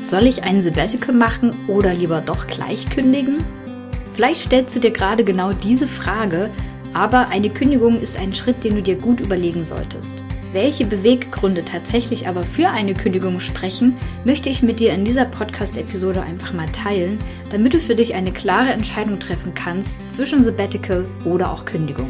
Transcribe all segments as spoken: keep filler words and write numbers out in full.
Soll ich ein Sabbatical machen oder lieber doch gleich kündigen? Vielleicht stellst du dir gerade genau diese Frage, aber eine Kündigung ist ein Schritt, den du dir gut überlegen solltest. Welche Beweggründe tatsächlich aber für eine Kündigung sprechen, möchte ich mit dir in dieser Podcast-Episode einfach mal teilen, damit du für dich eine klare Entscheidung treffen kannst zwischen Sabbatical oder auch Kündigung.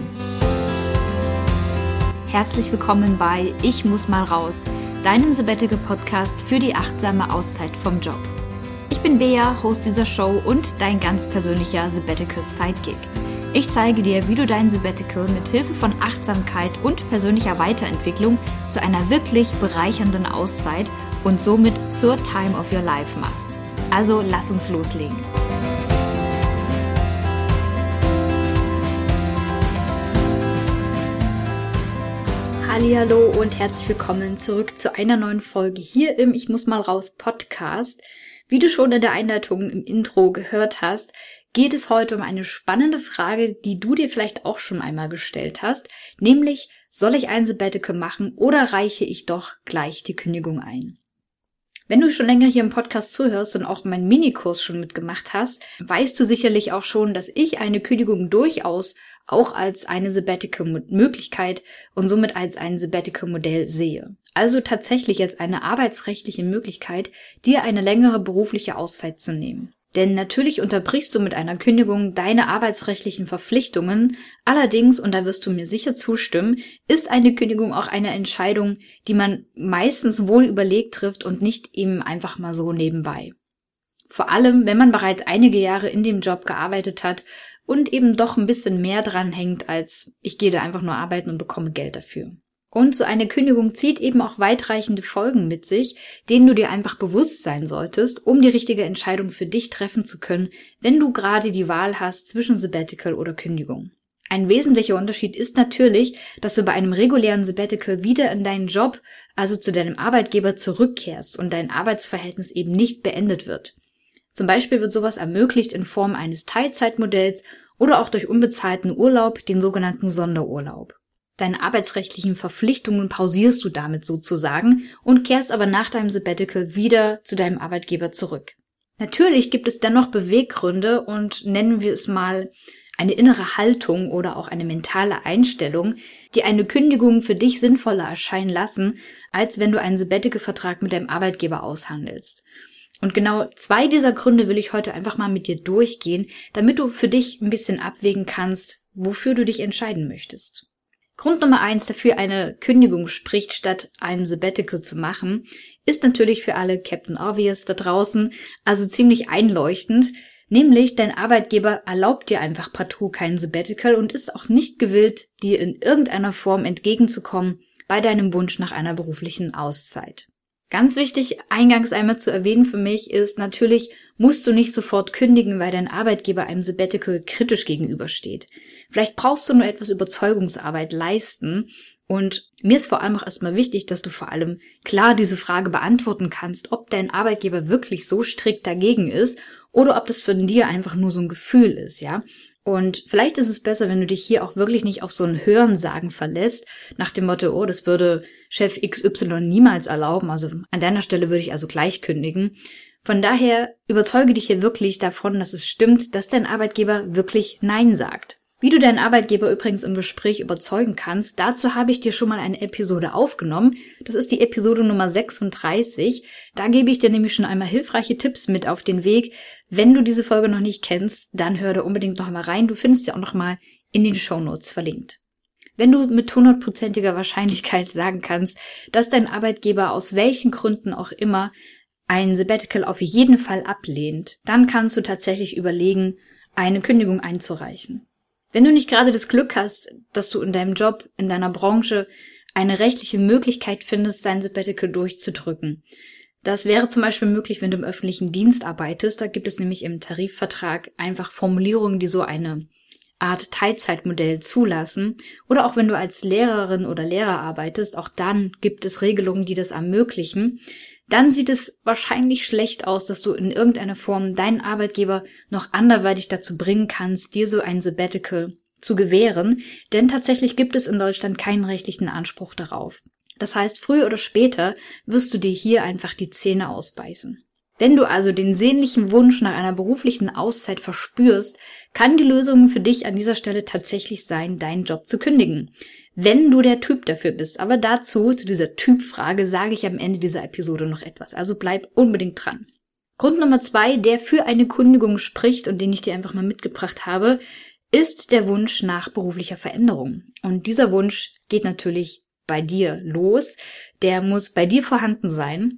Herzlich willkommen bei Ich muss mal raus, deinem Sabbatical-Podcast für die achtsame Auszeit vom Job. Ich bin Bea, Host dieser Show und dein ganz persönlicher Sabbatical-Sidekick. Ich zeige dir, wie du dein Sabbatical mit Hilfe von Achtsamkeit und persönlicher Weiterentwicklung zu einer wirklich bereichernden Auszeit und somit zur Time of Your Life machst. Also lass uns loslegen. Hallihallo und herzlich willkommen zurück zu einer neuen Folge hier im Ich muss mal raus Podcast. Wie du schon in der Einleitung im Intro gehört hast, geht es heute um eine spannende Frage, die du dir vielleicht auch schon einmal gestellt hast, nämlich, soll ich ein Sabbatical machen oder reiche ich doch gleich die Kündigung ein? Wenn du schon länger hier im Podcast zuhörst und auch meinen Minikurs schon mitgemacht hast, weißt du sicherlich auch schon, dass ich eine Kündigung durchaus auch als eine Sabbatical-Möglichkeit und somit als ein Sabbatical-Modell sehe. Also tatsächlich als eine arbeitsrechtliche Möglichkeit, dir eine längere berufliche Auszeit zu nehmen. Denn natürlich unterbrichst du mit einer Kündigung deine arbeitsrechtlichen Verpflichtungen, allerdings, und da wirst du mir sicher zustimmen, ist eine Kündigung auch eine Entscheidung, die man meistens wohl überlegt trifft und nicht eben einfach mal so nebenbei. Vor allem, wenn man bereits einige Jahre in dem Job gearbeitet hat und eben doch ein bisschen mehr dran hängt, als ich gehe da einfach nur arbeiten und bekomme Geld dafür. Und so eine Kündigung zieht eben auch weitreichende Folgen mit sich, denen du dir einfach bewusst sein solltest, um die richtige Entscheidung für dich treffen zu können, wenn du gerade die Wahl hast zwischen Sabbatical oder Kündigung. Ein wesentlicher Unterschied ist natürlich, dass du bei einem regulären Sabbatical wieder in deinen Job, also zu deinem Arbeitgeber, zurückkehrst und dein Arbeitsverhältnis eben nicht beendet wird. Zum Beispiel wird sowas ermöglicht in Form eines Teilzeitmodells oder auch durch unbezahlten Urlaub, den sogenannten Sonderurlaub. Deine arbeitsrechtlichen Verpflichtungen pausierst du damit sozusagen und kehrst aber nach deinem Sabbatical wieder zu deinem Arbeitgeber zurück. Natürlich gibt es dennoch Beweggründe und nennen wir es mal eine innere Haltung oder auch eine mentale Einstellung, die eine Kündigung für dich sinnvoller erscheinen lassen, als wenn du einen Sabbatical-Vertrag mit deinem Arbeitgeber aushandelst. Und genau zwei dieser Gründe will ich heute einfach mal mit dir durchgehen, damit du für dich ein bisschen abwägen kannst, wofür du dich entscheiden möchtest. Grund Nummer eins dafür, eine Kündigung spricht, statt ein Sabbatical zu machen, ist natürlich für alle Captain Obvious da draußen, also ziemlich einleuchtend, nämlich dein Arbeitgeber erlaubt dir einfach partout kein Sabbatical und ist auch nicht gewillt, dir in irgendeiner Form entgegenzukommen bei deinem Wunsch nach einer beruflichen Auszeit. Ganz wichtig, eingangs einmal zu erwähnen für mich, ist natürlich, musst du nicht sofort kündigen, weil dein Arbeitgeber einem Sabbatical kritisch gegenübersteht. Vielleicht brauchst du nur etwas Überzeugungsarbeit leisten und mir ist vor allem auch erstmal wichtig, dass du vor allem klar diese Frage beantworten kannst, ob dein Arbeitgeber wirklich so strikt dagegen ist oder ob das für dir einfach nur so ein Gefühl ist, ja. Und vielleicht ist es besser, wenn du dich hier auch wirklich nicht auf so ein Hörensagen verlässt, nach dem Motto, oh, das würde Chef X Y niemals erlauben, also an deiner Stelle würde ich also gleich kündigen. Von daher überzeuge dich hier wirklich davon, dass es stimmt, dass dein Arbeitgeber wirklich Nein sagt. Wie du deinen Arbeitgeber übrigens im Gespräch überzeugen kannst, dazu habe ich dir schon mal eine Episode aufgenommen. Das ist die Episode Nummer sechsunddreißig. Da gebe ich dir nämlich schon einmal hilfreiche Tipps mit auf den Weg. Wenn du diese Folge noch nicht kennst, dann hör da unbedingt noch mal rein. Du findest sie auch noch mal in den Shownotes verlinkt. Wenn du mit hundertprozentiger Wahrscheinlichkeit sagen kannst, dass dein Arbeitgeber aus welchen Gründen auch immer ein Sabbatical auf jeden Fall ablehnt, dann kannst du tatsächlich überlegen, eine Kündigung einzureichen. Wenn du nicht gerade das Glück hast, dass du in deinem Job, in deiner Branche eine rechtliche Möglichkeit findest, dein Sabbatical durchzudrücken. Das wäre zum Beispiel möglich, wenn du im öffentlichen Dienst arbeitest. Da gibt es nämlich im Tarifvertrag einfach Formulierungen, die so eine Art Teilzeitmodell zulassen. Oder auch wenn du als Lehrerin oder Lehrer arbeitest, auch dann gibt es Regelungen, die das ermöglichen. Dann sieht es wahrscheinlich schlecht aus, dass du in irgendeiner Form deinen Arbeitgeber noch anderweitig dazu bringen kannst, dir so ein Sabbatical zu gewähren, denn tatsächlich gibt es in Deutschland keinen rechtlichen Anspruch darauf. Das heißt, früher oder später wirst du dir hier einfach die Zähne ausbeißen. Wenn du also den sehnlichen Wunsch nach einer beruflichen Auszeit verspürst, kann die Lösung für dich an dieser Stelle tatsächlich sein, deinen Job zu kündigen. Wenn du der Typ dafür bist. Aber dazu, zu dieser Typfrage, sage ich am Ende dieser Episode noch etwas. Also bleib unbedingt dran. Grund Nummer zwei, der für eine Kündigung spricht und den ich dir einfach mal mitgebracht habe, ist der Wunsch nach beruflicher Veränderung. Und dieser Wunsch geht natürlich bei dir los. Der muss bei dir vorhanden sein.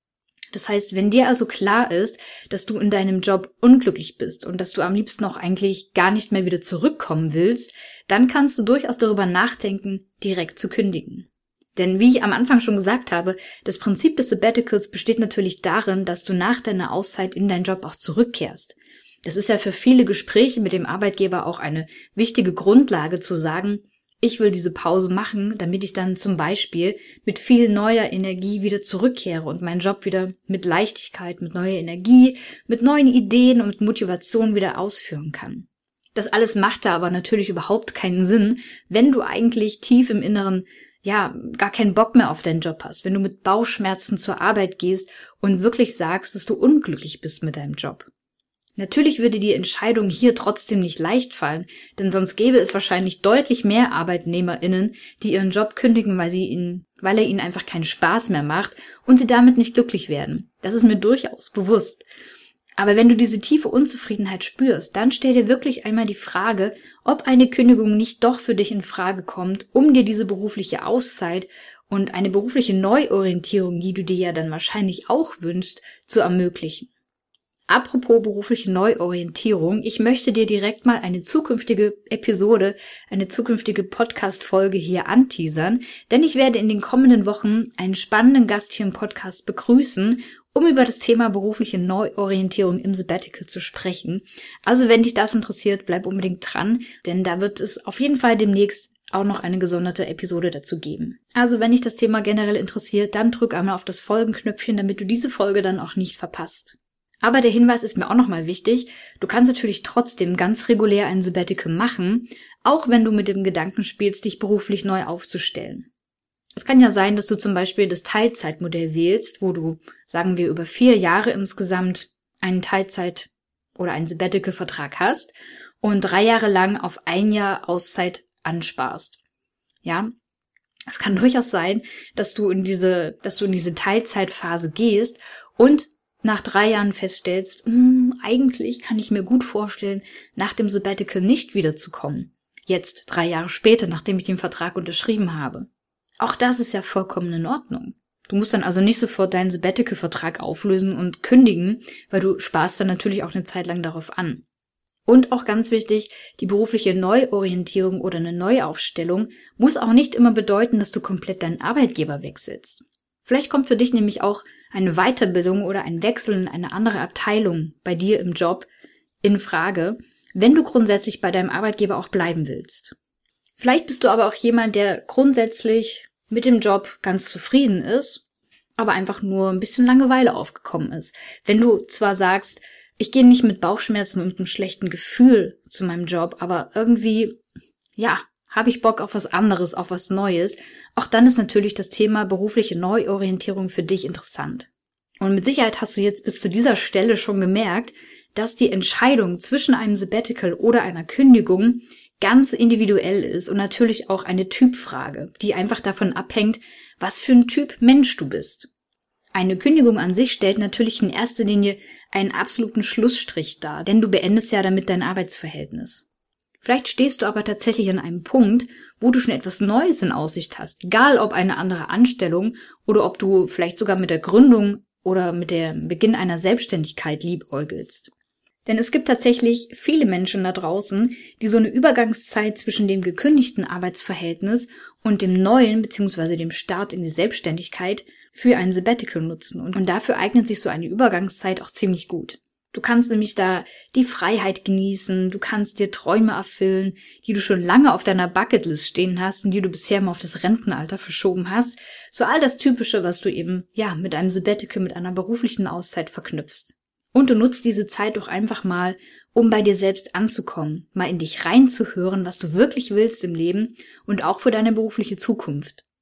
Das heißt, wenn dir also klar ist, dass du in deinem Job unglücklich bist und dass du am liebsten auch eigentlich gar nicht mehr wieder zurückkommen willst, dann kannst du durchaus darüber nachdenken, direkt zu kündigen. Denn wie ich am Anfang schon gesagt habe, das Prinzip des Sabbaticals besteht natürlich darin, dass du nach deiner Auszeit in deinen Job auch zurückkehrst. Das ist ja für viele Gespräche mit dem Arbeitgeber auch eine wichtige Grundlage zu sagen, ich will diese Pause machen, damit ich dann zum Beispiel mit viel neuer Energie wieder zurückkehre und meinen Job wieder mit Leichtigkeit, mit neuer Energie, mit neuen Ideen und mit Motivation wieder ausführen kann. Das alles macht da aber natürlich überhaupt keinen Sinn, wenn du eigentlich tief im Inneren ja gar keinen Bock mehr auf deinen Job hast, wenn du mit Bauchschmerzen zur Arbeit gehst und wirklich sagst, dass du unglücklich bist mit deinem Job. Natürlich würde die Entscheidung hier trotzdem nicht leicht fallen, denn sonst gäbe es wahrscheinlich deutlich mehr ArbeitnehmerInnen, die ihren Job kündigen, weil sie ihn, weil er ihnen einfach keinen Spaß mehr macht und sie damit nicht glücklich werden. Das ist mir durchaus bewusst. Aber wenn du diese tiefe Unzufriedenheit spürst, dann stell dir wirklich einmal die Frage, ob eine Kündigung nicht doch für dich in Frage kommt, um dir diese berufliche Auszeit und eine berufliche Neuorientierung, die du dir ja dann wahrscheinlich auch wünschst, zu ermöglichen. Apropos berufliche Neuorientierung, ich möchte dir direkt mal eine zukünftige Episode, eine zukünftige Podcast-Folge hier anteasern, denn ich werde in den kommenden Wochen einen spannenden Gast hier im Podcast begrüßen, um über das Thema berufliche Neuorientierung im Sabbatical zu sprechen. Also wenn dich das interessiert, bleib unbedingt dran, denn da wird es auf jeden Fall demnächst auch noch eine gesonderte Episode dazu geben. Also wenn dich das Thema generell interessiert, dann drück einmal auf das Folgenknöpfchen, damit du diese Folge dann auch nicht verpasst. Aber der Hinweis ist mir auch nochmal wichtig, du kannst natürlich trotzdem ganz regulär ein Sabbatical machen, auch wenn du mit dem Gedanken spielst, dich beruflich neu aufzustellen. Es kann ja sein, dass du zum Beispiel das Teilzeitmodell wählst, wo du, sagen wir, über vier Jahre insgesamt einen Teilzeit- oder einen Sabbatical-Vertrag hast und drei Jahre lang auf ein Jahr Auszeit ansparst. Ja, es kann durchaus sein, dass du in diese, dass du in diese Teilzeitphase gehst und nach drei Jahren feststellst, hm, eigentlich kann ich mir gut vorstellen, nach dem Sabbatical nicht wiederzukommen. Jetzt, drei Jahre später, nachdem ich den Vertrag unterschrieben habe. Auch das ist ja vollkommen in Ordnung. Du musst dann also nicht sofort deinen Sabbatical-Vertrag auflösen und kündigen, weil du sparst dann natürlich auch eine Zeit lang darauf an. Und auch ganz wichtig, die berufliche Neuorientierung oder eine Neuaufstellung muss auch nicht immer bedeuten, dass du komplett deinen Arbeitgeber wechselst. Vielleicht kommt für dich nämlich auch eine Weiterbildung oder ein Wechsel in eine andere Abteilung bei dir im Job in Frage, wenn du grundsätzlich bei deinem Arbeitgeber auch bleiben willst. Vielleicht bist du aber auch jemand, der grundsätzlich mit dem Job ganz zufrieden ist, aber einfach nur ein bisschen Langeweile aufgekommen ist. Wenn du zwar sagst, ich gehe nicht mit Bauchschmerzen und einem schlechten Gefühl zu meinem Job, aber irgendwie, ja, habe ich Bock auf was anderes, auf was Neues, auch dann ist natürlich das Thema berufliche Neuorientierung für dich interessant. Und mit Sicherheit hast du jetzt bis zu dieser Stelle schon gemerkt, dass die Entscheidung zwischen einem Sabbatical oder einer Kündigung ganz individuell ist und natürlich auch eine Typfrage, die einfach davon abhängt, was für ein Typ Mensch du bist. Eine Kündigung an sich stellt natürlich in erster Linie einen absoluten Schlussstrich dar, denn du beendest ja damit dein Arbeitsverhältnis. Vielleicht stehst du aber tatsächlich an einem Punkt, wo du schon etwas Neues in Aussicht hast, egal ob eine andere Anstellung oder ob du vielleicht sogar mit der Gründung oder mit dem Beginn einer Selbstständigkeit liebäugelst. Denn es gibt tatsächlich viele Menschen da draußen, die so eine Übergangszeit zwischen dem gekündigten Arbeitsverhältnis und dem neuen bzw. dem Start in die Selbstständigkeit für ein Sabbatical nutzen. Und dafür eignet sich so eine Übergangszeit auch ziemlich gut. Du kannst nämlich da die Freiheit genießen, du kannst dir Träume erfüllen, die du schon lange auf deiner Bucketlist stehen hast und die du bisher mal auf das Rentenalter verschoben hast. So all das Typische, was du eben, ja, mit einem Sabbatical, mit einer beruflichen Auszeit verknüpfst. Und du nutzt diese Zeit doch einfach mal, um bei dir selbst anzukommen, mal in dich reinzuhören, was du wirklich willst im Leben und auch für deine berufliche Zukunft.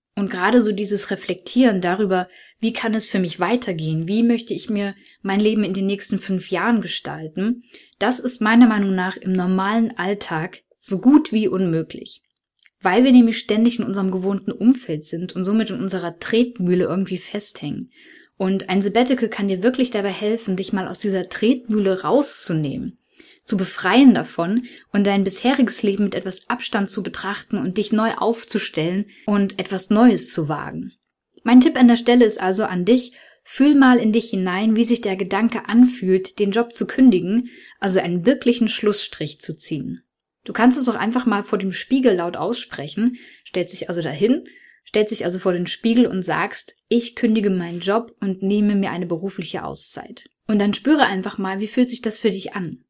Und gerade so dieses Reflektieren darüber, wie kann es für mich weitergehen, wie möchte ich mir mein Leben in den nächsten fünf Jahren gestalten, das ist meiner Meinung nach im normalen Alltag so gut wie unmöglich. Weil wir nämlich ständig in unserem gewohnten Umfeld sind und somit in unserer Tretmühle irgendwie festhängen. Und ein Sabbatical kann dir wirklich dabei helfen, dich mal aus dieser Tretmühle rauszunehmen, zu befreien davon und dein bisheriges Leben mit etwas Abstand zu betrachten und dich neu aufzustellen und etwas Neues zu wagen. Mein Tipp an der Stelle ist also an dich, fühl mal in dich hinein, wie sich der Gedanke anfühlt, den Job zu kündigen, also einen wirklichen Schlussstrich zu ziehen. Du kannst es doch einfach mal vor dem Spiegel laut aussprechen, stellst dich also dahin, stellst dich also vor den Spiegel und sagst, ich kündige meinen Job und nehme mir eine berufliche Auszeit. Und dann spüre einfach mal, wie fühlt sich das für dich an?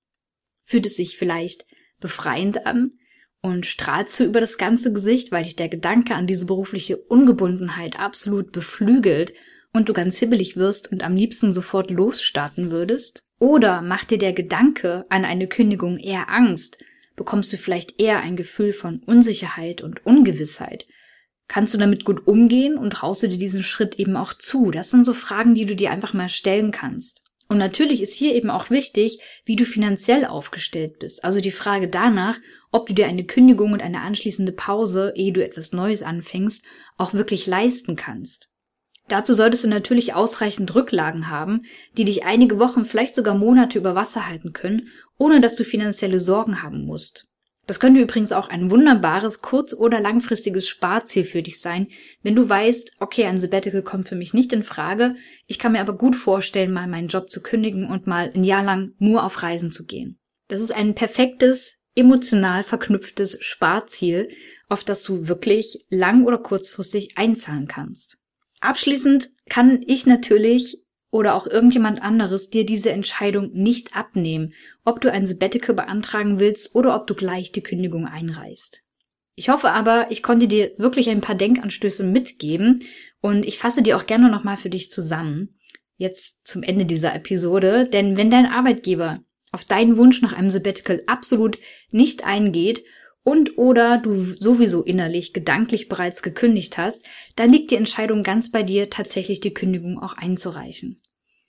Fühlt es sich vielleicht befreiend an und strahlst du über das ganze Gesicht, weil dich der Gedanke an diese berufliche Ungebundenheit absolut beflügelt und du ganz hibbelig wirst und am liebsten sofort losstarten würdest? Oder macht dir der Gedanke an eine Kündigung eher Angst? Bekommst du vielleicht eher ein Gefühl von Unsicherheit und Ungewissheit? Kannst du damit gut umgehen und traust du dir diesen Schritt eben auch zu? Das sind so Fragen, die du dir einfach mal stellen kannst. Und natürlich ist hier eben auch wichtig, wie du finanziell aufgestellt bist. Also die Frage danach, ob du dir eine Kündigung und eine anschließende Pause, ehe du etwas Neues anfängst, auch wirklich leisten kannst. Dazu solltest du natürlich ausreichend Rücklagen haben, die dich einige Wochen, vielleicht sogar Monate über Wasser halten können, ohne dass du finanzielle Sorgen haben musst. Das könnte übrigens auch ein wunderbares, kurz- oder langfristiges Sparziel für dich sein, wenn du weißt, okay, ein Sabbatical kommt für mich nicht in Frage, ich kann mir aber gut vorstellen, mal meinen Job zu kündigen und mal ein Jahr lang nur auf Reisen zu gehen. Das ist ein perfektes, emotional verknüpftes Sparziel, auf das du wirklich lang- oder kurzfristig einzahlen kannst. Abschließend kann ich natürlich oder auch irgendjemand anderes dir diese Entscheidung nicht abnehmen, ob du ein Sabbatical beantragen willst oder ob du gleich die Kündigung einreichst. Ich hoffe aber, ich konnte dir wirklich ein paar Denkanstöße mitgeben und ich fasse die auch gerne nochmal für dich zusammen, jetzt zum Ende dieser Episode, denn wenn dein Arbeitgeber auf deinen Wunsch nach einem Sabbatical absolut nicht eingeht und oder du sowieso innerlich, gedanklich bereits gekündigt hast, dann liegt die Entscheidung ganz bei dir, tatsächlich die Kündigung auch einzureichen.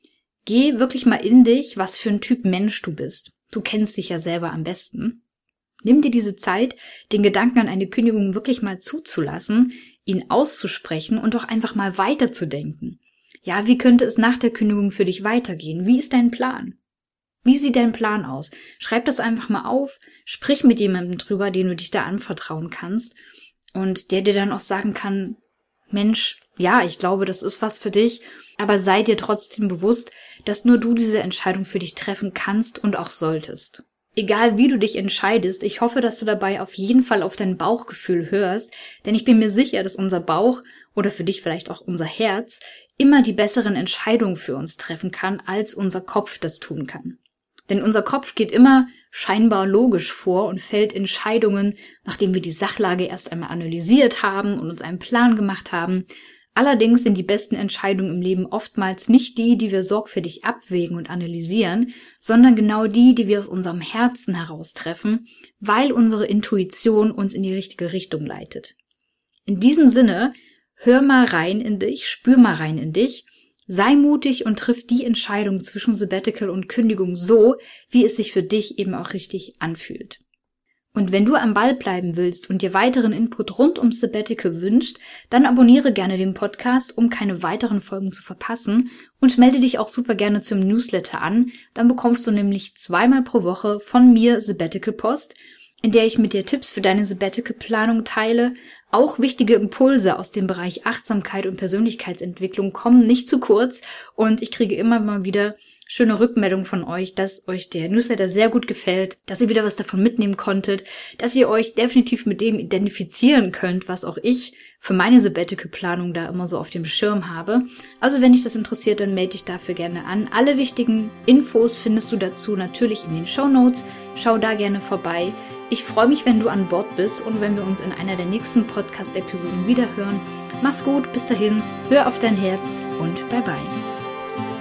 Geh wirklich mal in dich, was für ein Typ Mensch du bist. Du kennst dich ja selber am besten. Nimm dir diese Zeit, den Gedanken an eine Kündigung wirklich mal zuzulassen, ihn auszusprechen und auch einfach mal weiterzudenken. Ja, wie könnte es nach der Kündigung für dich weitergehen? Wie ist dein Plan? Wie sieht dein Plan aus? Schreib das einfach mal auf, sprich mit jemandem drüber, den du dich da anvertrauen kannst und der dir dann auch sagen kann, Mensch, ja, ich glaube, das ist was für dich, aber sei dir trotzdem bewusst, dass nur du diese Entscheidung für dich treffen kannst und auch solltest. Egal wie du dich entscheidest, ich hoffe, dass du dabei auf jeden Fall auf dein Bauchgefühl hörst, denn ich bin mir sicher, dass unser Bauch oder für dich vielleicht auch unser Herz immer die besseren Entscheidungen für uns treffen kann, als unser Kopf das tun kann. Denn unser Kopf geht immer scheinbar logisch vor und fällt Entscheidungen, nachdem wir die Sachlage erst einmal analysiert haben und uns einen Plan gemacht haben. Allerdings sind die besten Entscheidungen im Leben oftmals nicht die, die wir sorgfältig abwägen und analysieren, sondern genau die, die wir aus unserem Herzen heraus treffen, weil unsere Intuition uns in die richtige Richtung leitet. In diesem Sinne, hör mal rein in dich, spür mal rein in dich, sei mutig und triff die Entscheidung zwischen Sabbatical und Kündigung so, wie es sich für dich eben auch richtig anfühlt. Und wenn du am Ball bleiben willst und dir weiteren Input rund ums Sabbatical wünscht, dann abonniere gerne den Podcast, um keine weiteren Folgen zu verpassen und melde dich auch super gerne zum Newsletter an, dann bekommst du nämlich zweimal pro Woche von mir Sabbatical Post, in der ich mit dir Tipps für deine Sabbatical-Planung teile. Auch wichtige Impulse aus dem Bereich Achtsamkeit und Persönlichkeitsentwicklung kommen nicht zu kurz und ich kriege immer mal wieder schöne Rückmeldungen von euch, dass euch der Newsletter sehr gut gefällt, dass ihr wieder was davon mitnehmen konntet, dass ihr euch definitiv mit dem identifizieren könnt, was auch ich für meine Sabbatical-Planung da immer so auf dem Schirm habe. Also wenn dich das interessiert, dann melde dich dafür gerne an. Alle wichtigen Infos findest du dazu natürlich in den Shownotes. Schau da gerne vorbei. Ich freue mich, wenn du an Bord bist und wenn wir uns in einer der nächsten Podcast-Episoden wiederhören. Mach's gut, bis dahin, hör auf dein Herz und bye bye.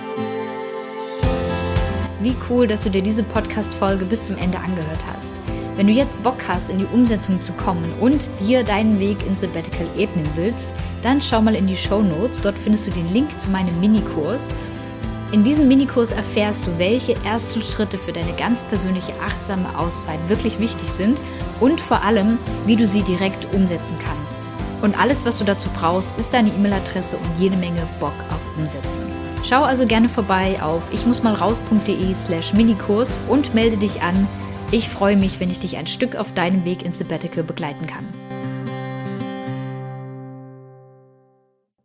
Wie cool, dass du dir diese Podcast-Folge bis zum Ende angehört hast. Wenn du jetzt Bock hast, in die Umsetzung zu kommen und dir deinen Weg ins Sabbatical ebnen willst, dann schau mal in die Shownotes, dort findest du den Link zu meinem Minikurs. In diesem Minikurs erfährst du, welche ersten Schritte für deine ganz persönliche achtsame Auszeit wirklich wichtig sind und vor allem, wie du sie direkt umsetzen kannst. Und alles, was du dazu brauchst, ist deine E-Mail-Adresse und jede Menge Bock auf Umsetzen. Schau also gerne vorbei auf ichmussmalraus.de slash Minikurs und melde dich an. Ich freue mich, wenn ich dich ein Stück auf deinem Weg ins Sabbatical begleiten kann.